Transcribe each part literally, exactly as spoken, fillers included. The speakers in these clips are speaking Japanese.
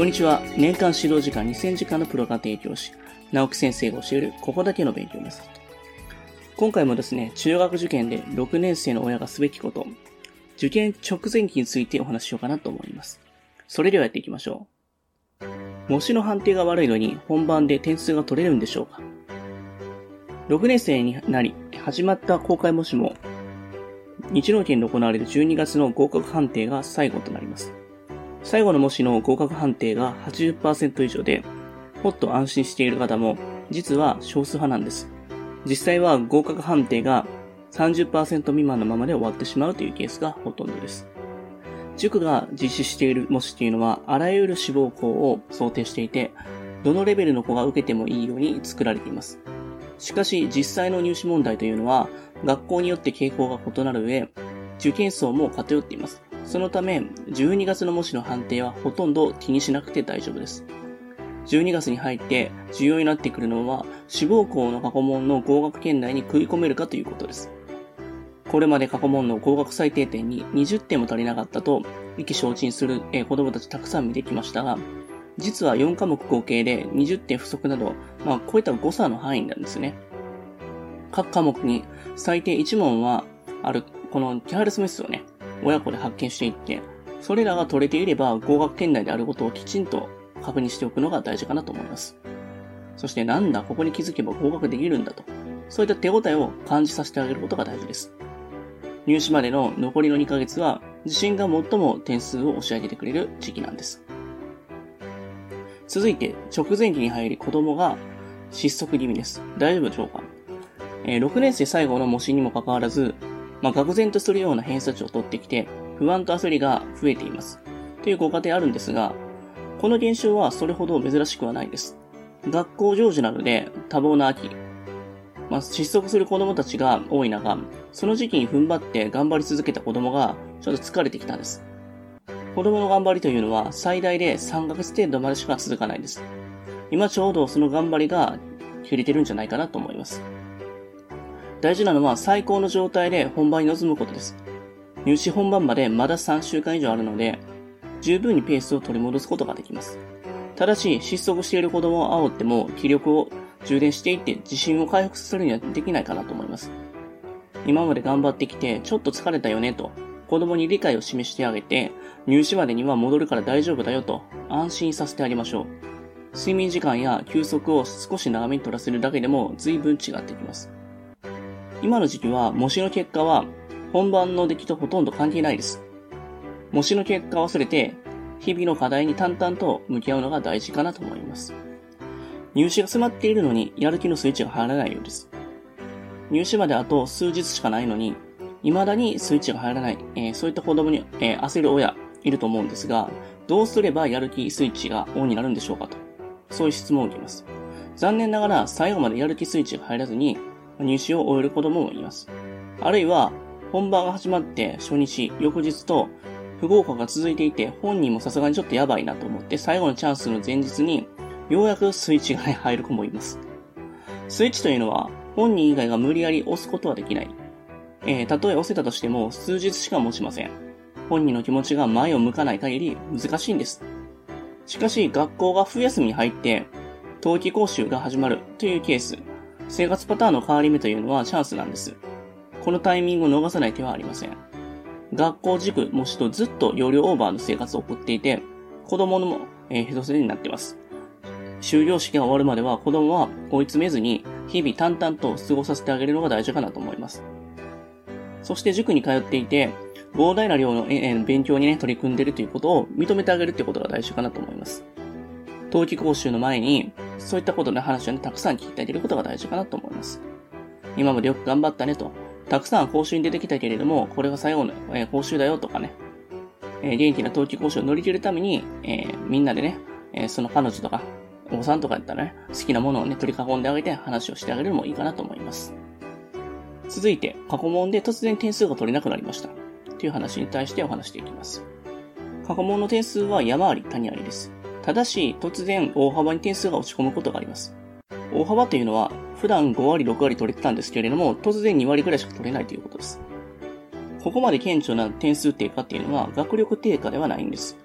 こんにちは。年間指導時間にせんじかんのプロが提供し、直木先生が教えるここだけの勉強メソッド。今回もですね、中学受験でろくねん生の親がすべきこと、受験直前期についてお話ししようかなと思います。それではやっていきましょう。模試の判定が悪いのに本番で点数が取れるんでしょうか。ろくねん生になり、始まった公開模試も、日農研で行われるじゅうにがつの合格判定が最後となります。最後の模試の合格判定が はちじゅっパーセント 以上で、ほっと安心している方も、実は少数派なんです。実際は合格判定が さんじゅっパーセント 未満のままで終わってしまうというケースがほとんどです。塾が実施している模試というのは、あらゆる志望校を想定していて、どのレベルの子が受けてもいいように作られています。しかし、実際の入試問題というのは、学校によって傾向が異なる上、受験層も偏っています。そのため、じゅうにがつの模試の判定はほとんど気にしなくて大丈夫です。じゅうにがつに入って重要になってくるのは、志望校の過去問の合格圏内に食い込めるかということです。これまで過去問の合格最低点ににじゅってんも足りなかったと、意気消沈する子供たちたくさん見てきましたが、実はよんかもく合計でにじゅってん不足など、まあ、こういった誤差の範囲なんですね。各科目に最低いち問はある、このキャラスミスをね、親子で発見していって、それらが取れていれば合格圏内であることをきちんと確認しておくのが大事かなと思います。そしてなんだ、ここに気づけば合格できるんだと、そういった手応えを感じさせてあげることが大事です。入試までの残りのにかげつは、自信が最も点数を押し上げてくれる時期なんです。続いて、直前期に入り子供が失速気味です。大丈夫でしょうか。えー、ろくねん生最後の模試にもかかわらず、まあ、愕然とするような偏差値を取ってきて、不安と焦りが増えています。というご家庭あるんですが、この現象はそれほど珍しくはないです。学校行事などで多忙な秋、まあ、失速する子供たちが多い中、その時期に踏ん張って頑張り続けた子供がちょっと疲れてきたんです。子供の頑張りというのは最大でさんかげつ程度までしか続かないです。今ちょうどその頑張りが切れてるんじゃないかなと思います。大事なのは最高の状態で本番に臨むことです。入試本番までまださんしゅうかん以上あるので、十分にペースを取り戻すことができます。ただし、失速している子供を煽っても気力を充電していって自信を回復するにはできないかなと思います。今まで頑張ってきてちょっと疲れたよねと子供に理解を示してあげて、入試までには戻るから大丈夫だよと安心させてあげましょう。睡眠時間や休息を少し長めに取らせるだけでも随分違ってきます。今の時期は模試の結果は本番の出来とほとんど関係ないです。模試の結果を忘れて日々の課題に淡々と向き合うのが大事かなと思います。入試が迫っているのにやる気のスイッチが入らないようです。入試まであと数日しかないのに未だにスイッチが入らない、えー、そういった子供に、えー、焦る親いると思うんですが、どうすればやる気スイッチがオンになるんでしょうかと、そういう質問を受けます。残念ながら最後までやる気スイッチが入らずに入試を終える子供もいます。あるいは本番が始まって初日、翌日と不合格が続いていて本人もさすがにちょっとやばいなと思って最後のチャンスの前日にようやくスイッチが入る子もいます。スイッチというのは本人以外が無理やり押すことはできない。えー、たとえ押せたとしても数日しか持ちません。本人の気持ちが前を向かない限り難しいんです。しかし学校が冬休みに入って冬季講習が始まるというケース、生活パターンの変わり目というのはチャンスなんです。このタイミングを逃さない手はありません。学校塾模試とずっと容量オーバーの生活を送っていて、子供の、えー、ヘドセになっています。終業式が終わるまでは子供は追い詰めずに日々淡々と過ごさせてあげるのが大事かなと思います。そして塾に通っていて膨大な量の、えー、勉強にね取り組んでいるということを認めてあげるということが大事かなと思います。冬季講習の前にそういったことの話をねたくさん聞いてあげることが大事かなと思います。今までよく頑張ったねと、たくさん講習に出てきたけれどもこれが最後の、えー、講習だよとかね、えー、元気な冬季講習を乗り切るために、えー、みんなでね、えー、その彼女とかお子さんとかやったらね、好きなものをね、取り囲んであげて話をしてあげるのもいいかなと思います。続いて、過去問で突然点数が取れなくなりました。という話に対してお話していきます。過去問の点数は山あり谷ありです。ただし、突然大幅に点数が落ち込むことがあります。大幅というのは、普段ごわりろくわり取れてたんですけれども、突然にわりぐらいしか取れないということです。ここまで顕著な点数低下っていうのは、学力低下ではないんです。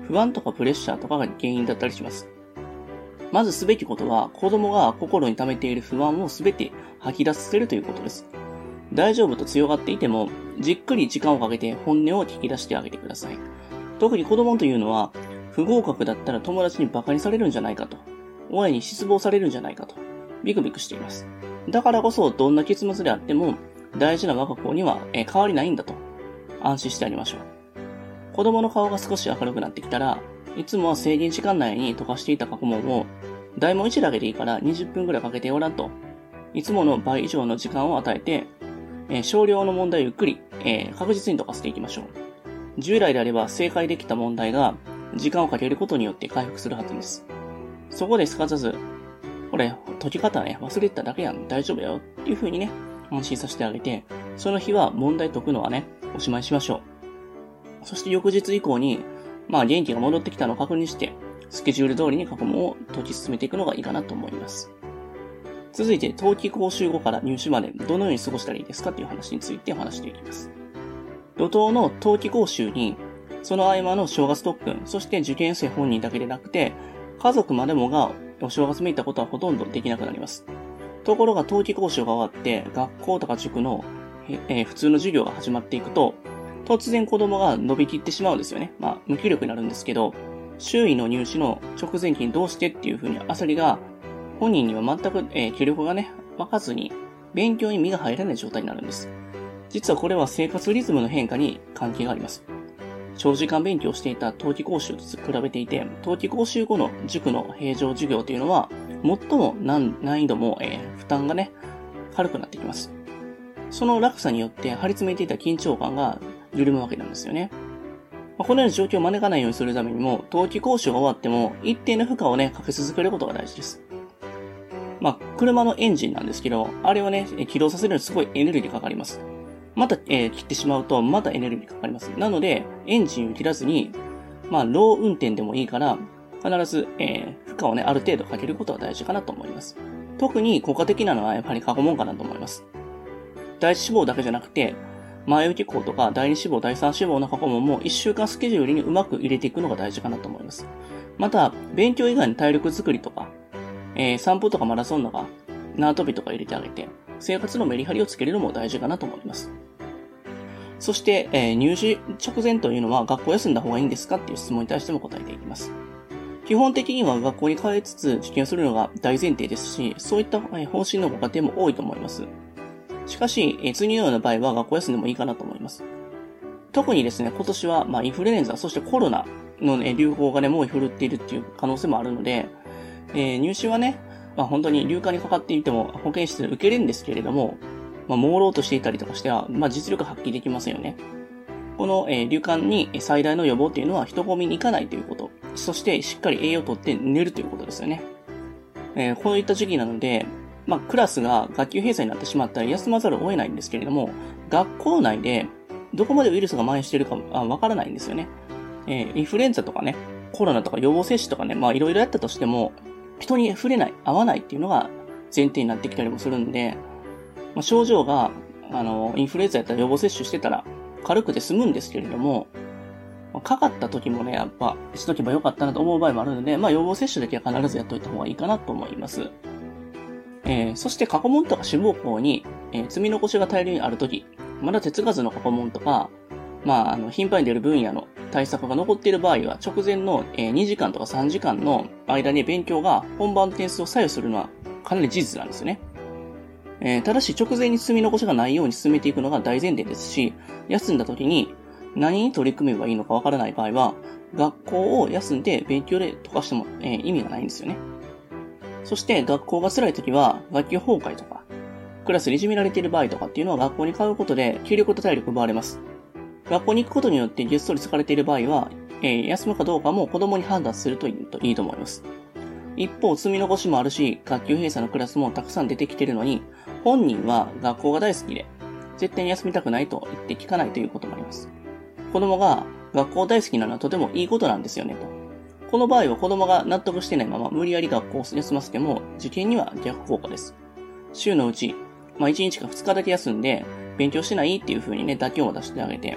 不安とかプレッシャーとかが原因だったりします。まずすべきことは、子供が心に溜めている不安をすべて吐き出せるということです。大丈夫と強がっていても、じっくり時間をかけて本音を聞き出してあげてください。特に子供というのは、不合格だったら友達に馬鹿にされるんじゃないかと、親に失望されるんじゃないかと、ビクビクしています。だからこそ、どんな結末であっても、大事な我が子には変わりないんだと、安心してあげましょう。子供の顔が少し明るくなってきたら、いつもは制限時間内に解かしていた過去問を、題問いちだけでいいからにじゅっぷんくらいかけておらんと、いつもの倍以上の時間を与えて、えー、少量の問題をゆっくり、えー、確実に解かせていきましょう。従来であれば正解できた問題が、時間をかけることによって回復するはずです。そこですかさず、これ、解き方ね、忘れてただけやん、大丈夫よ、っていう風にね、安心させてあげて、その日は問題解くのはね、おしまいしましょう。そして翌日以降に、まあ元気が戻ってきたのを確認して、スケジュール通りに過去問を解き進めていくのがいいかなと思います。続いて、冬季講習後から入試までどのように過ごしたらいいですかという話について話していきます。怒涛の冬季講習に、その合間の正月特訓、そして受験生本人だけでなくて、家族までもがお正月めいたことはほとんどできなくなります。ところが冬季講習が終わって、学校とか塾の、えー、普通の授業が始まっていくと、突然子供が伸びきってしまうんですよね。まあ、無気力になるんですけど、周囲の入試の直前期にどうしてっていう風に焦りが、本人には全く、えー、気力がね、湧かずに、勉強に身が入らない状態になるんです。実はこれは生活リズムの変化に関係があります。長時間勉強していた冬季講習と比べていて、冬季講習後の塾の平常授業というのは、最も難易度も、えー、負担がね、軽くなってきます。その落差によって張り詰めていた緊張感が緩むわけなんですよね。このような状況を招かないようにするためにも、冬季講習が終わっても一定の負荷をね、かけ続けることが大事です。まあ、車のエンジンなんですけど、あれをね、起動させるのにすごいエネルギーかかります。また、えー、切ってしまうと、またエネルギーかかります。なので、エンジンを切らずに、まあ、ロー運転でもいいから、必ず、えー、負荷をね、ある程度かけることが大事かなと思います。特に効果的なのはやっぱり過去問かなと思います。第一志望だけじゃなくて、前受け校とか第二志望、第三志望の過去問もいっしゅうかんスケジュールにうまく入れていくのが大事かなと思います。また、勉強以外に体力作りとか、えー、散歩とかマラソンとか、縄跳びとか入れてあげて、生活のメリハリをつけるのも大事かなと思います。そして、えー、入試直前というのは学校休んだ方がいいんですかっていう質問に対しても答えていきます。基本的には学校に通いつつ受験するのが大前提ですし、そういった方針のご家庭も多いと思います。しかし、えー、次のような場合は学校休んでもいいかなと思います。特にですね、今年は、まあ、インフルエンザ、そしてコロナの、ね、流行がね、猛威振るっているっていう可能性もあるので、えー、入試はね、まあ、本当に流感にかかっていても保健室で受けれるんですけれども、まあ、朦朧としていたりとかしては、まあ、実力発揮できませんよね。この、えー、流感に最大の予防っていうのは人混みに行かないということ。そしてしっかり栄養をとって寝るということですよね。えー、こういった時期なので、まあ、クラスが学級閉鎖になってしまったら休まざるを得ないんですけれども、学校内でどこまでウイルスが蔓延しているかわからないんですよね。えー、インフルエンザとかね、コロナとか予防接種とかね、まあいろいろやったとしても、人に触れない、会わないっていうのが前提になってきたりもするんで、まあ、症状が、あの、インフルエンザやったら予防接種してたら軽くて済むんですけれども、まあ、かかった時もね、やっぱしとけばよかったなと思う場合もあるので、まあ予防接種だけは必ずやっといた方がいいかなと思います。えー、そして過去問とか志望校に、えー、積み残しが大量にある時、まだ手つかずの過去問とか、まあ、あの、頻繁に出る分野の対策が残っている場合は、直前の、えー、にじかんとかさんじかんの間に勉強が本番の点数を左右するのはかなり事実なんですよね。えー、ただし直前に積み残しがないように進めていくのが大前提ですし、休んだ時に何に取り組めばいいのかわからない場合は、学校を休んで勉強で解かしても、えー、意味がないんですよね。そして学校が辛い時は、学級崩壊とか、クラスでいじめられている場合とかっていうのは学校に通うことで気力と体力奪われます。学校に行くことによってげっそり疲れている場合は、えー、休むかどうかも子供に判断するといいといいと思います。一方、積み残しもあるし、学級閉鎖のクラスもたくさん出てきているのに、本人は学校が大好きで、絶対に休みたくないと言って聞かないということもあります。子供が学校大好きなのはとてもいいことなんですよねと。この場合は子供が納得してないまま無理やり学校を休ませても受験には逆効果です。週のうち、まあいちにちかふつかだけ休んで勉強してないっていう風にね、妥協を出してあげて、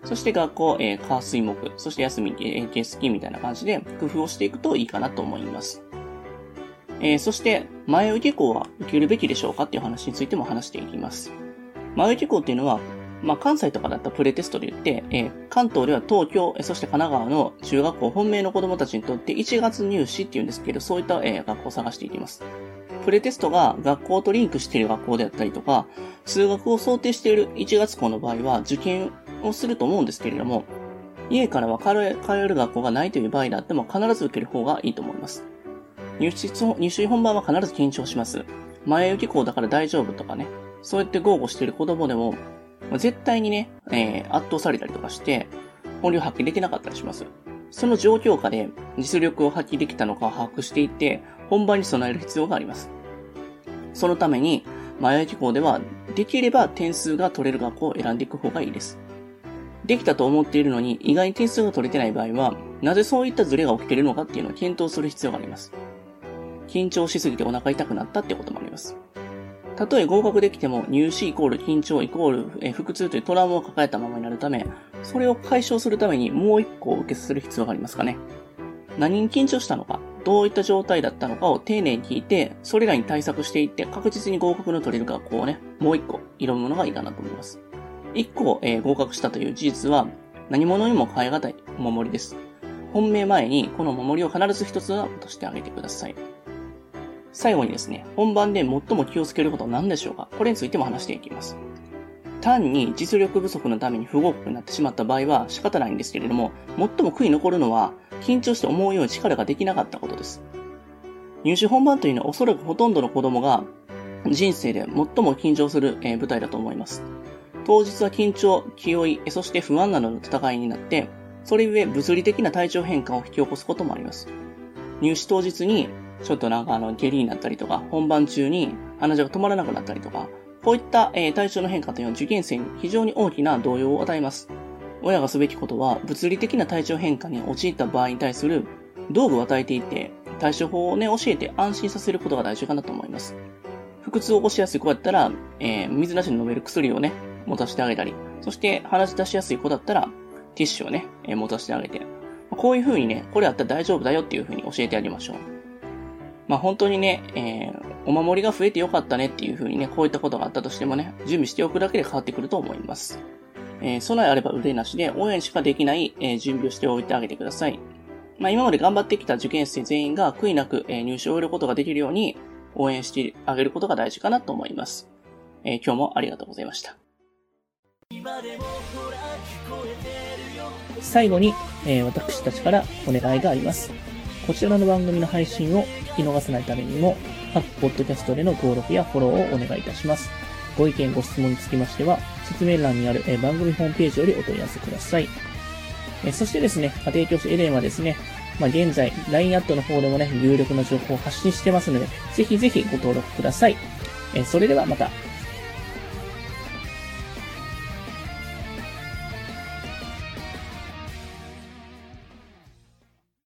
そして学校、えー、火水木、そして休み、えー、月金みたいな感じで工夫をしていくといいかなと思います。えー、そして、前受け校は受けるべきでしょうかっていう話についても話していきます。前受け校っていうのは、まあ、関西とかだったらプレテストで言って、えー、関東では東京、そして神奈川の中学校本命の子供たちにとっていちがつ入試っていうんですけど、そういった、えー、学校を探していきます。プレテストが学校とリンクしている学校であったりとか、数学を想定しているいちがつ校の場合は受験をすると思うんですけれども、家からは通える学校がないという場合であっても必ず受ける方がいいと思います。入試、入試本番は必ず緊張します。前受け校だから大丈夫とかね、そうやって豪語している子供でも、絶対にね、えー、圧倒されたりとかして、本領発揮できなかったりします。その状況下で実力を発揮できたのかを把握していって、本番に備える必要があります。そのために、前受け校では、できれば点数が取れる学校を選んでいく方がいいです。できたと思っているのに、意外に点数が取れてない場合は、なぜそういったズレが起きているのかっていうのを検討する必要があります。緊張しすぎてお腹痛くなったってこともあります。たとえ合格できても、入試イコール緊張イコール、えー、腹痛というトラウマを抱えたままになるため、それを解消するためにもう一個受けさせる必要がありますかね。何に緊張したのか、どういった状態だったのかを丁寧に聞いて、それらに対策していって確実に合格の取れる学校をね、もう一個挑むのがいいかなと思います。一個、えー、合格したという事実は、何者にも変え難いお守りです。本命前にこのお守りを必ず一つは落としてあげてください。最後にですね、本番で最も気をつけることは何でしょうか？これについても話していきます。単に実力不足のために不合格になってしまった場合は仕方ないんですけれども、最も悔い残るのは緊張して思うように力ができなかったことです。入試本番というのはおそらくほとんどの子供が人生で最も緊張する舞台だと思います。当日は緊張、気負い、そして不安などの戦いになって、それゆえ物理的な体調変化を引き起こすこともあります。入試当日にちょっとなんかあの下痢になったりとか、本番中に鼻血が止まらなくなったりとか、こういった、えー、体調の変化というのは受験生に非常に大きな動揺を与えます。親がすべきことは、物理的な体調変化に陥った場合に対する道具を与えていて、対処法をね、教えて安心させることが大事かなと思います。腹痛を起こしやすい子だったら、えー、水なしに飲める薬をね、持たせてあげたり、そして鼻血出しやすい子だったら、ティッシュをね、えー、持たせてあげて、こういう風にね、これあったら大丈夫だよっていう風に教えてあげましょう。まあ本当にね、えー、お守りが増えてよかったねっていう風にね、こういったことがあったとしてもね、準備しておくだけで変わってくると思います。えー、備えあれば憂いなしで、親にしかできない、えー、準備をしておいてあげてください。まあ今まで頑張ってきた受験生全員が悔いなく、えー、入試を終えることができるように応援してあげることが大事かなと思います。えー、今日もありがとうございました。最後に、えー、私たちからお願いがあります。こちらの番組の配信を聞き逃さないためにも、各ポッドキャストでの登録やフォローをお願いいたします。ご意見ご質問につきましては、説明欄にある、えー、番組ホームページよりお問い合わせください。えー、そしてですね、家庭教師エレンはですね、まあ、現在、ライン アットの方でもね、有力な情報を発信してますので、ぜひぜひご登録ください。えー、それではまた。